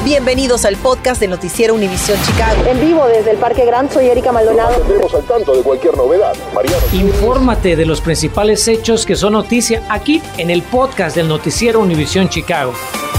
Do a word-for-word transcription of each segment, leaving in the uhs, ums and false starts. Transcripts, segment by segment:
Bienvenidos al podcast del Noticiero Univisión Chicago. En vivo desde el Parque Grant, soy Erika Maldonado. Estamos al tanto de cualquier novedad. Mariano. Infórmate de los principales hechos que son noticia aquí en el podcast del Noticiero Univisión Chicago.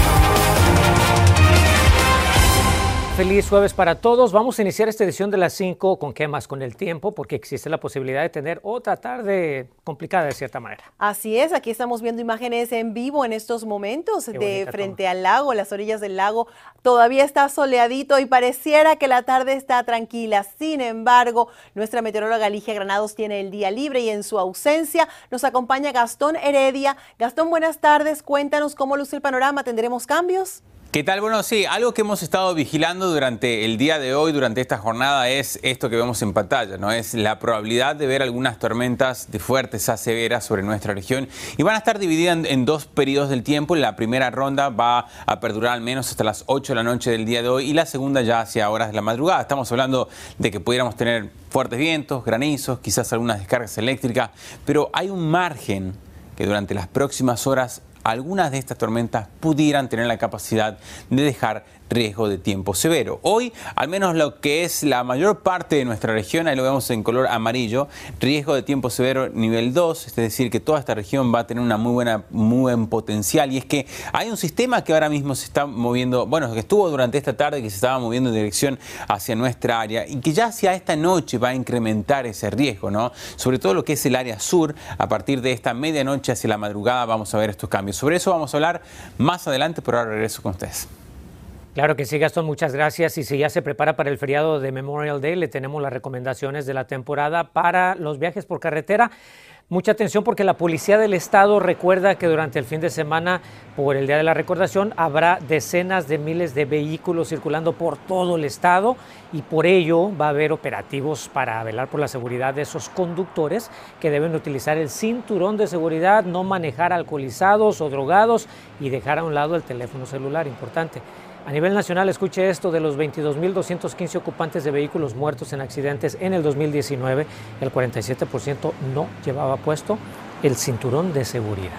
Feliz jueves para todos. Vamos a iniciar esta edición de las cinco con qué más, con el tiempo, porque existe la posibilidad de tener otra tarde complicada de cierta manera. Así es, aquí estamos viendo imágenes en vivo en estos momentos qué de frente toma. al lago, las orillas del lago. Todavía está soleadito y pareciera que la tarde está tranquila. Sin embargo, nuestra meteoróloga Ligia Granados tiene el día libre y en su ausencia nos acompaña Gastón Heredia. Gastón, buenas tardes. Cuéntanos cómo luce el panorama. ¿Tendremos cambios? ¿Qué tal? Bueno, sí, algo que hemos estado vigilando durante el día de hoy, durante esta jornada, es esto que vemos en pantalla, ¿no? Es la probabilidad de ver algunas tormentas de fuertes a severas sobre nuestra región y van a estar divididas en, en dos periodos del tiempo. La primera ronda va a perdurar al menos hasta las ocho de la noche del día de hoy y la segunda ya hacia horas de la madrugada. Estamos hablando de que pudiéramos tener fuertes vientos, granizos, quizás algunas descargas eléctricas, pero hay un margen que durante las próximas horas algunas de estas tormentas pudieran tener la capacidad de dejar riesgo de tiempo severo. Hoy, al menos lo que es la mayor parte de nuestra región, ahí lo vemos en color amarillo, riesgo de tiempo severo nivel dos, es decir, que toda esta región va a tener una muy buena, muy buen potencial. Y es que hay un sistema que ahora mismo se está moviendo, bueno, que estuvo durante esta tarde, que se estaba moviendo en dirección hacia nuestra área y que ya hacia esta noche va a incrementar ese riesgo, ¿no? Sobre todo lo que es el área sur, a partir de esta medianoche hacia la madrugada vamos a ver estos cambios. Sobre eso vamos a hablar más adelante, pero ahora regreso con ustedes. Claro que sí, Gastón, muchas gracias. Y si ya se prepara para el feriado de Memorial Day, le tenemos las recomendaciones de la temporada para los viajes por carretera. Mucha atención porque la Policía del Estado recuerda que durante el fin de semana, por el Día de la Recordación, habrá decenas de miles de vehículos circulando por todo el estado y por ello va a haber operativos para velar por la seguridad de esos conductores que deben utilizar el cinturón de seguridad, no manejar alcoholizados o drogados y dejar a un lado el teléfono celular, importante. A nivel nacional, escuche esto, de los veintidós mil doscientos quince ocupantes de vehículos muertos en accidentes en el dos mil diecinueve, el cuarenta y siete por ciento no llevaba puesto el cinturón de seguridad.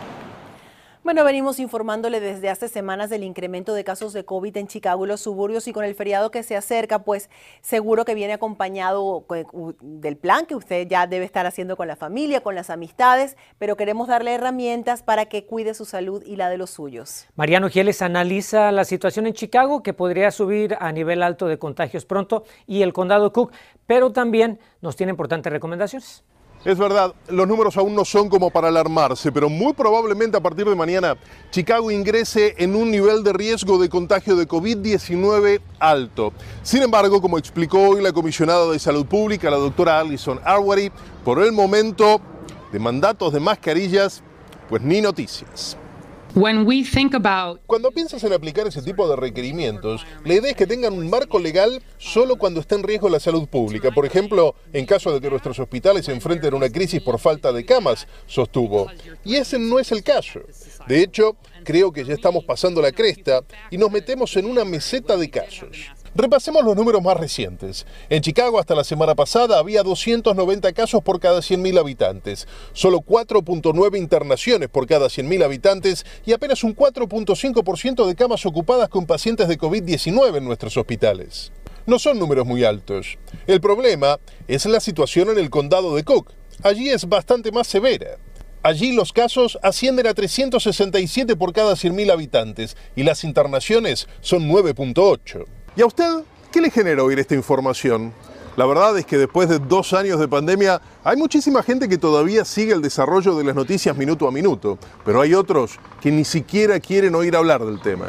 Bueno, venimos informándole desde hace semanas del incremento de casos de COVID en Chicago y los suburbios, y con el feriado que se acerca, pues seguro que viene acompañado del plan que usted ya debe estar haciendo con la familia, con las amistades, pero queremos darle herramientas para que cuide su salud y la de los suyos. Mariano Gieles analiza la situación en Chicago, que podría subir a nivel alto de contagios pronto, y el condado Cook, pero también nos tiene importantes recomendaciones. Es verdad, los números aún no son como para alarmarse, pero muy probablemente a partir de mañana Chicago ingrese en un nivel de riesgo de contagio de COVID diecinueve alto. Sin embargo, como explicó hoy la comisionada de Salud Pública, la doctora Allison Arwady, por el momento de mandatos de mascarillas, pues ni noticias. When we think about... Cuando piensas en aplicar ese tipo de requerimientos, la idea es que tengan un marco legal solo cuando está en riesgo la salud pública. Por ejemplo, en caso de que nuestros hospitales se enfrenten a una crisis por falta de camas, sostuvo. Y ese no es el caso. De hecho, creo que ya estamos pasando la cresta y nos metemos en una meseta de casos. Repasemos los números más recientes. En Chicago hasta la semana pasada había doscientos noventa casos por cada cien mil habitantes, solo cuatro punto nueve internaciones por cada cien mil habitantes y apenas un cuatro punto cinco por ciento de camas ocupadas con pacientes de COVID diecinueve en nuestros hospitales. No son números muy altos. El problema es la situación en el condado de Cook. Allí es bastante más severa. Allí los casos ascienden a trescientos sesenta y siete por cada cien mil habitantes y las internaciones son nueve punto ocho. ¿Y a usted qué le generó oír esta información? La verdad es que después de dos años de pandemia hay muchísima gente que todavía sigue el desarrollo de las noticias minuto a minuto, pero hay otros que ni siquiera quieren oír hablar del tema.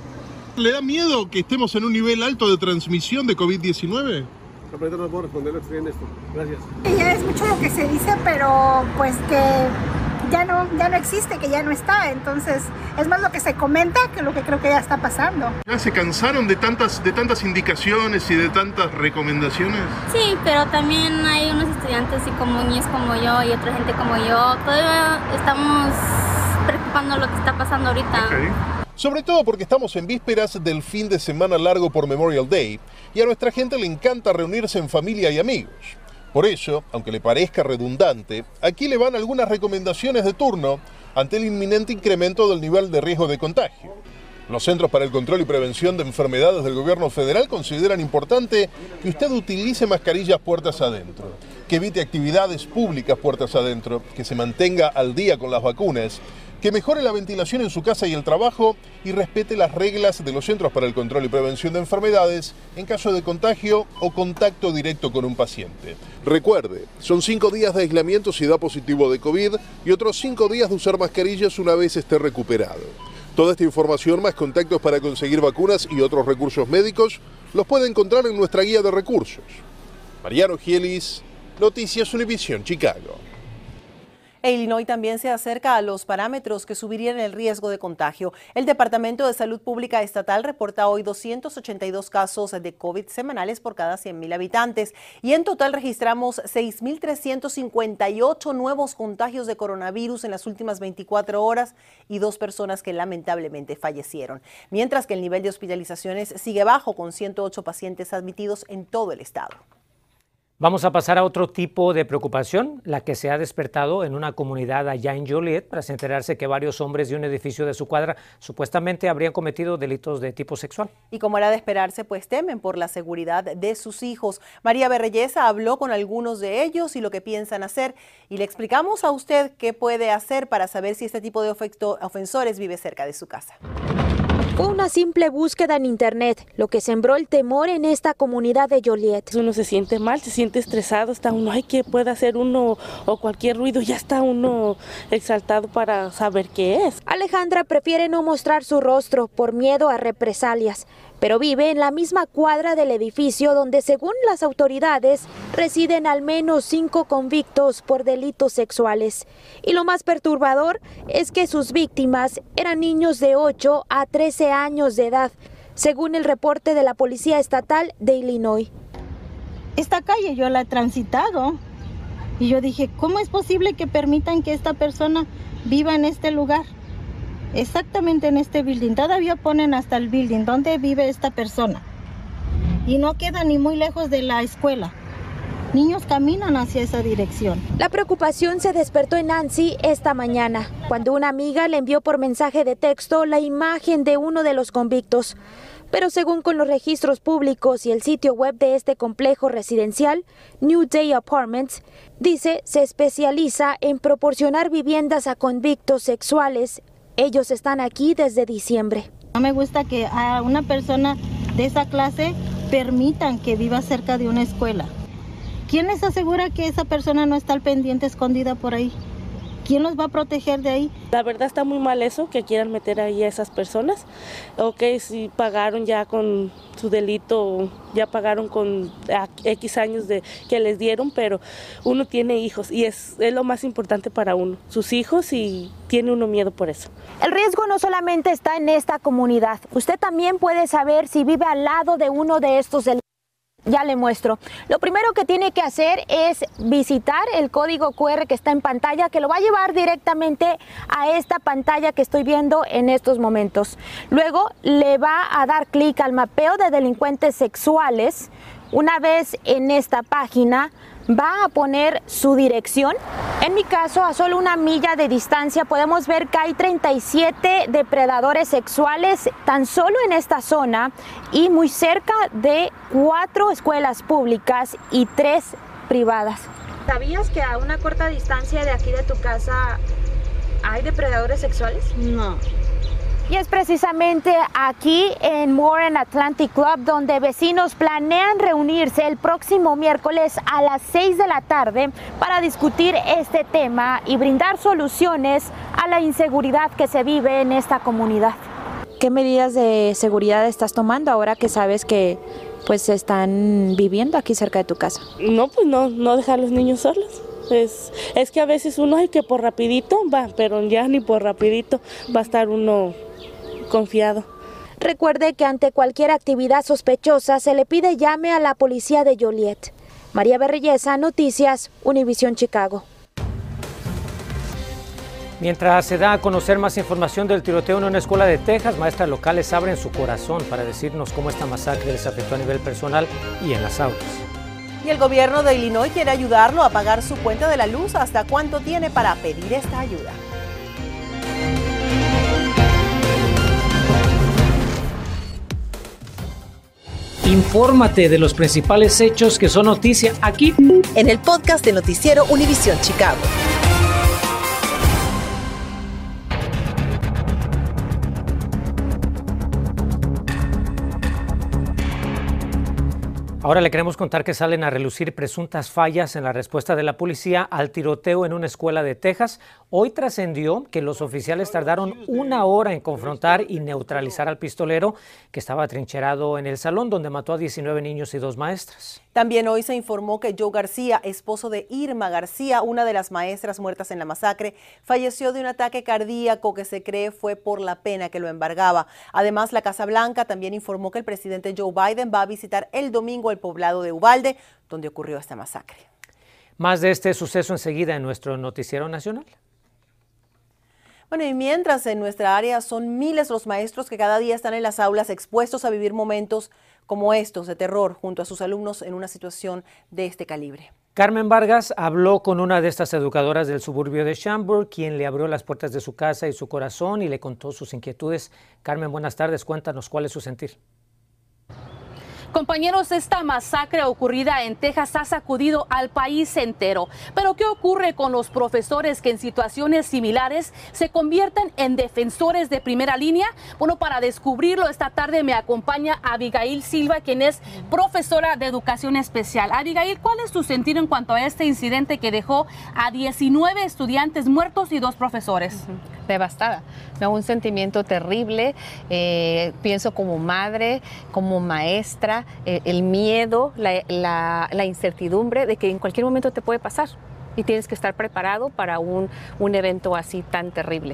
¿Le da miedo que estemos en un nivel alto de transmisión de COVID diecinueve? No puedo responder esto. Gracias. Ya es mucho lo que se dice, pero pues que ya no, ya no existe, que ya no está. Entonces es más lo que se comenta que lo que creo que ya está pasando. ¿Ya se cansaron de tantas, de tantas indicaciones y de tantas recomendaciones? Sí, pero también hay unos estudiantes y como niños como yo y otra gente como yo. Todavía estamos preocupando lo que está pasando ahorita. Okay. Sobre todo porque estamos en vísperas del fin de semana largo por Memorial Day y a nuestra gente le encanta reunirse en familia y amigos. Por eso, aunque le parezca redundante, aquí le van algunas recomendaciones de turno ante el inminente incremento del nivel de riesgo de contagio. Los Centros para el Control y Prevención de Enfermedades del Gobierno Federal consideran importante que usted utilice mascarillas puertas adentro, que evite actividades públicas puertas adentro, que se mantenga al día con las vacunas, que mejore la ventilación en su casa y el trabajo y respete las reglas de los Centros para el Control y Prevención de Enfermedades en caso de contagio o contacto directo con un paciente. Recuerde, son cinco días de aislamiento si da positivo de COVID y otros cinco días de usar mascarillas una vez esté recuperado. Toda esta información, más contactos para conseguir vacunas y otros recursos médicos, los puede encontrar en nuestra guía de recursos. Mariano Gielis, Noticias Univisión, Chicago. Illinois también se acerca a los parámetros que subirían el riesgo de contagio. El Departamento de Salud Pública Estatal reporta hoy doscientos ochenta y dos casos de COVID semanales por cada cien mil habitantes y en total registramos seis mil trescientos cincuenta y ocho nuevos contagios de coronavirus en las últimas veinticuatro horas y dos personas que lamentablemente fallecieron. Mientras que el nivel de hospitalizaciones sigue bajo con ciento ocho pacientes admitidos en todo el estado. Vamos a pasar a otro tipo de preocupación, la que se ha despertado en una comunidad allá en Joliet tras enterarse que varios hombres de un edificio de su cuadra supuestamente habrían cometido delitos de tipo sexual. Y como era de esperarse, pues temen por la seguridad de sus hijos. María Berreyesa habló con algunos de ellos y lo que piensan hacer y le explicamos a usted qué puede hacer para saber si este tipo de ofensores vive cerca de su casa. Fue una simple búsqueda en internet lo que sembró el temor en esta comunidad de Joliet. Uno se siente mal, se siente estresado, está uno, ay, ¿qué puede hacer uno? O cualquier ruido, ya está uno exaltado para saber qué es. Alejandra prefiere no mostrar su rostro por miedo a represalias, pero vive en la misma cuadra del edificio donde, según las autoridades, residen al menos cinco convictos por delitos sexuales. Y lo más perturbador es que sus víctimas eran niños de ocho a trece años de edad, según el reporte de la Policía Estatal de Illinois. Esta calle yo la he transitado y yo dije, ¿cómo es posible que permitan que esta persona viva en este lugar? Exactamente en este building, todavía ponen hasta el building donde vive esta persona y no queda ni muy lejos de la escuela. Niños caminan hacia esa dirección. La preocupación se despertó en Nancy esta mañana, cuando una amiga le envió por mensaje de texto la imagen de uno de los convictos. Pero según con los registros públicos y el sitio web de este complejo residencial, New Day Apartments, dice se especializa en proporcionar viviendas a convictos sexuales. Ellos están aquí desde diciembre. No me gusta que a una persona de esa clase permitan que viva cerca de una escuela. ¿Quién les asegura que esa persona no está al pendiente escondida por ahí? ¿Quién los va a proteger de ahí? La verdad está muy mal eso, que quieran meter ahí a esas personas. Ok, si pagaron ya con su delito, ya pagaron con X años de que les dieron, pero uno tiene hijos y es, es lo más importante para uno, sus hijos, y tiene uno miedo por eso. El riesgo no solamente está en esta comunidad, usted también puede saber si vive al lado de uno de estos delitos. Ya le muestro. Lo primero que tiene que hacer es visitar el código cu erre que está en pantalla, que lo va a llevar directamente a esta pantalla que estoy viendo en estos momentos. Luego le va a dar clic al mapeo de delincuentes sexuales. Una vez en esta página, va a poner su dirección. En mi caso, a solo una milla de distancia, podemos ver que hay treinta y siete depredadores sexuales tan solo en esta zona y muy cerca de cuatro escuelas públicas y tres privadas. ¿Sabías que a una corta distancia de aquí de tu casa hay depredadores sexuales? No. Y es precisamente aquí en Warren Atlantic Club donde vecinos planean reunirse el próximo miércoles a las seis de la tarde para discutir este tema y brindar soluciones a la inseguridad que se vive en esta comunidad. ¿Qué medidas de seguridad estás tomando ahora que sabes que pues están viviendo aquí cerca de tu casa? No, pues no, no dejar a los niños solos. Es, es que a veces uno hay que por rapidito va, pero ya ni por rapidito va a estar uno confiado. Recuerde que ante cualquier actividad sospechosa se le pide llame a la policía de Joliet. María Berreyesa, Noticias Univisión Chicago. Mientras se da a conocer más información del tiroteo en una escuela de Texas, maestras locales abren su corazón para decirnos cómo esta masacre les afectó a nivel personal y en las aulas. Y el gobierno de Illinois quiere ayudarlo a pagar su cuenta de la luz. ¿Hasta cuánto tiene para pedir esta ayuda? Infórmate de los principales hechos que son noticia aquí en el podcast de Noticiero Univisión Chicago. Ahora le queremos contar que salen a relucir presuntas fallas en la respuesta de la policía al tiroteo en una escuela de Texas. Hoy trascendió que los oficiales tardaron una hora en confrontar y neutralizar al pistolero que estaba atrincherado en el salón donde mató a diecinueve niños y dos maestras. También hoy se informó que Joe García, esposo de Irma García, una de las maestras muertas en la masacre, falleció de un ataque cardíaco que se cree fue por la pena que lo embargaba. Además, la Casa Blanca también informó que el presidente Joe Biden va a visitar el domingo el poblado de Uvalde, donde ocurrió esta masacre. Más de este suceso enseguida en nuestro noticiero nacional. Bueno, y mientras en nuestra área son miles los maestros que cada día están en las aulas expuestos a vivir momentos como estos de terror junto a sus alumnos en una situación de este calibre. Carmen Vargas habló con una de estas educadoras del suburbio de Schaumburg, quien le abrió las puertas de su casa y su corazón y le contó sus inquietudes. Carmen, buenas tardes. Cuéntanos cuál es su sentir. Compañeros, esta masacre ocurrida en Texas ha sacudido al país entero. Pero ¿qué ocurre con los profesores que en situaciones similares se convierten en defensores de primera línea? Bueno, para descubrirlo esta tarde me acompaña Abigail Silva, quien es profesora de educación especial. Abigail, ¿cuál es tu sentir en cuanto a este incidente que dejó a diecinueve estudiantes muertos y dos profesores? Uh-huh. Devastada. Me da un sentimiento terrible. Eh, pienso como madre, como maestra, eh, el miedo, la, la, la incertidumbre de que en cualquier momento te puede pasar y tienes que estar preparado para un, un evento así tan terrible.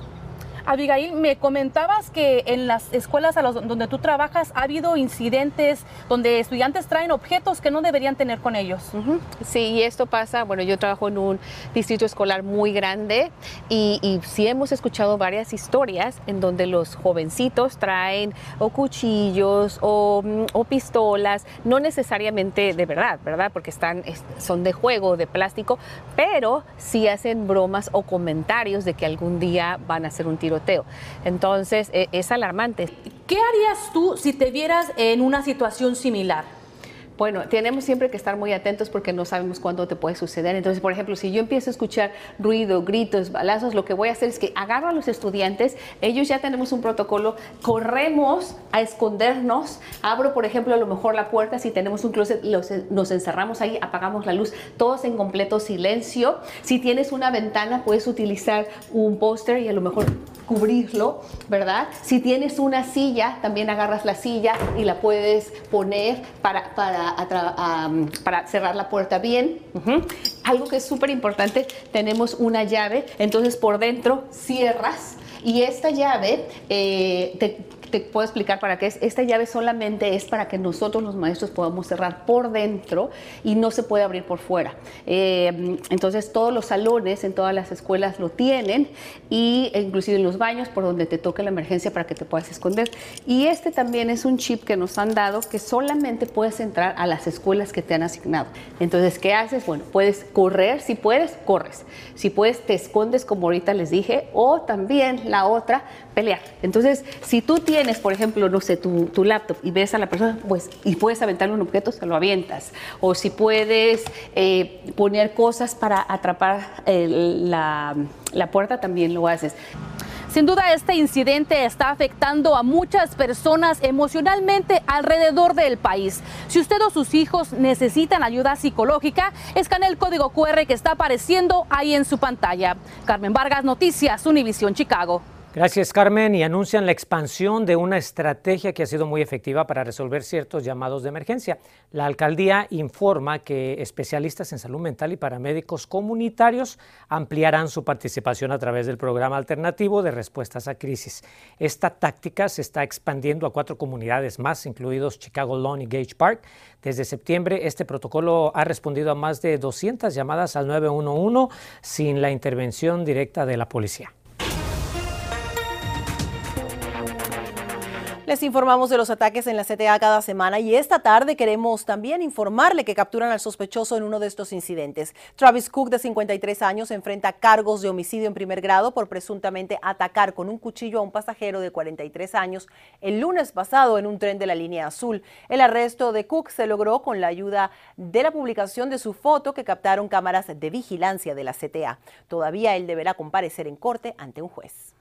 Abigail, me comentabas que en las escuelas a los, donde tú trabajas ha habido incidentes donde estudiantes traen objetos que no deberían tener con ellos. Uh-huh. Sí, y esto pasa, bueno, yo trabajo en un distrito escolar muy grande y, y sí hemos escuchado varias historias en donde los jovencitos traen o cuchillos o, o pistolas, no necesariamente de verdad, ¿verdad? Porque están, son de juego, de plástico, pero sí hacen bromas o comentarios de que algún día van a hacer un tiro. Entonces, eh, es alarmante. ¿Qué harías tú si te vieras en una situación similar? Bueno, tenemos siempre que estar muy atentos porque no sabemos cuándo te puede suceder. Entonces, por ejemplo, si yo empiezo a escuchar ruido, gritos, balazos, lo que voy a hacer es que agarro a los estudiantes, ellos ya tenemos un protocolo, corremos a escondernos, abro, por ejemplo, a lo mejor la puerta, si tenemos un closet, los, nos encerramos ahí, apagamos la luz, todos en completo silencio. Si tienes una ventana, puedes utilizar un póster y a lo mejor cubrirlo, ¿verdad? Si tienes una silla, también agarras la silla y la puedes poner para, para, a, um, para cerrar la puerta bien. Uh-huh. Algo que es súper importante, tenemos una llave, entonces por dentro cierras y esta llave eh, te... Te puedo explicar para qué es. Esta llave solamente es para que nosotros los maestros podamos cerrar por dentro y no se puede abrir por fuera. Eh, entonces todos los salones en todas las escuelas lo tienen y inclusive en los baños por donde te toque la emergencia para que te puedas esconder. Y este también es un chip que nos han dado que solamente puedes entrar a las escuelas que te han asignado. Entonces, ¿qué haces? Bueno, puedes correr, si puedes, corres. Si puedes, te escondes como ahorita les dije, o también la otra, pelear. Entonces, si tú tienes, por ejemplo, no sé, tu, tu laptop y ves a la persona, pues, y puedes aventarle un objeto, se lo avientas. O si puedes eh, poner cosas para atrapar eh, la, la puerta, también lo haces. Sin duda, este incidente está afectando a muchas personas emocionalmente alrededor del país. Si usted o sus hijos necesitan ayuda psicológica, escanee el código cu erre que está apareciendo ahí en su pantalla. Carmen Vargas, Noticias Univisión Chicago. Gracias, Carmen. Y anuncian la expansión de una estrategia que ha sido muy efectiva para resolver ciertos llamados de emergencia. La alcaldía informa que especialistas en salud mental y paramédicos comunitarios ampliarán su participación a través del programa alternativo de respuestas a crisis. Esta táctica se está expandiendo a cuatro comunidades más, incluidos Chicago Lawn y Gage Park. Desde septiembre, este protocolo ha respondido a más de doscientas llamadas al nueve uno uno sin la intervención directa de la policía. Les informamos de los ataques en la C T A cada semana y esta tarde queremos también informarle que capturan al sospechoso en uno de estos incidentes. Travis Cook, de cincuenta y tres años, enfrenta cargos de homicidio en primer grado por presuntamente atacar con un cuchillo a un pasajero de cuarenta y tres años el lunes pasado en un tren de la línea azul. El arresto de Cook se logró con la ayuda de la publicación de su foto que captaron cámaras de vigilancia de la C T A. Todavía él deberá comparecer en corte ante un juez.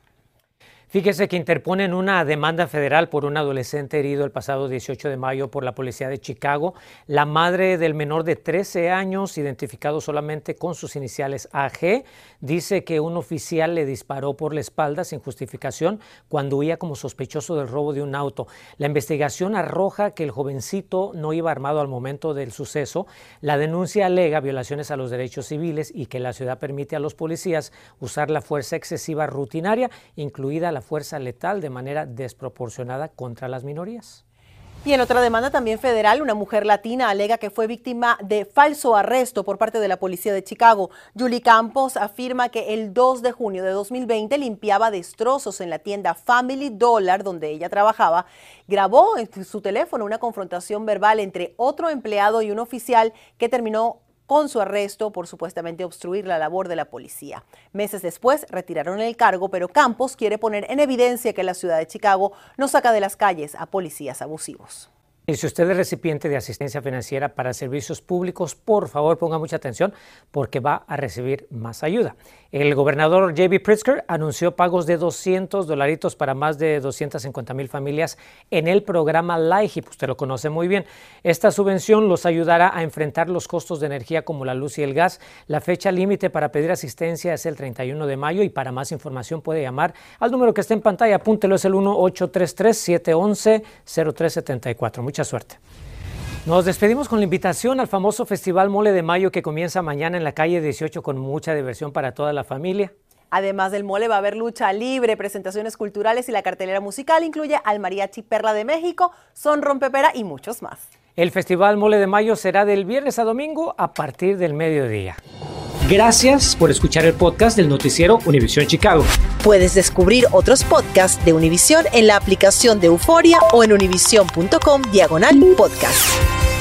Fíjese que interponen una demanda federal por un adolescente herido el pasado dieciocho de mayo por la policía de Chicago. La madre del menor de trece años, identificado solamente con sus iniciales A G, dice que un oficial le disparó por la espalda sin justificación cuando huía como sospechoso del robo de un auto. La investigación arroja que el jovencito no iba armado al momento del suceso. La denuncia alega violaciones a los derechos civiles y que la ciudad permite a los policías usar la fuerza excesiva rutinaria, incluida la fuerza letal, de manera desproporcionada contra las minorías. Y en otra demanda también federal, una mujer latina alega que fue víctima de falso arresto por parte de la policía de Chicago. Julie Campos afirma que el dos de junio de dos mil veinte limpiaba destrozos en la tienda Family Dollar donde ella trabajaba. Grabó en su teléfono una confrontación verbal entre otro empleado y un oficial que terminó con su arresto por supuestamente obstruir la labor de la policía. Meses después retiraron el cargo, pero Campos quiere poner en evidencia que la ciudad de Chicago no saca de las calles a policías abusivos. Y si usted es recipiente de asistencia financiera para servicios públicos, por favor ponga mucha atención porque va a recibir más ayuda. El gobernador J B Pritzker anunció pagos de doscientos dolaritos para más de doscientas cincuenta mil familias en el programa LIHEAP. Usted lo conoce muy bien. Esta subvención los ayudará a enfrentar los costos de energía como la luz y el gas. La fecha límite para pedir asistencia es el treinta y uno de mayo y para más información puede llamar al número que está en pantalla. Apúntelo, es el uno ocho tres tres, siete uno uno, cero tres siete cuatro. Mucha suerte. Nos despedimos con la invitación al famoso Festival Mole de Mayo que comienza mañana en la calle dieciocho con mucha diversión para toda la familia. Además del mole va a haber lucha libre, presentaciones culturales y la cartelera musical incluye al Mariachi Perla de México, Son Rompepera y muchos más. El Festival Mole de Mayo será del viernes a domingo a partir del mediodía. Gracias por escuchar el podcast del noticiero Univisión Chicago. Puedes descubrir otros podcasts de Univisión en la aplicación de Euforia o en univision punto com diagonal podcast.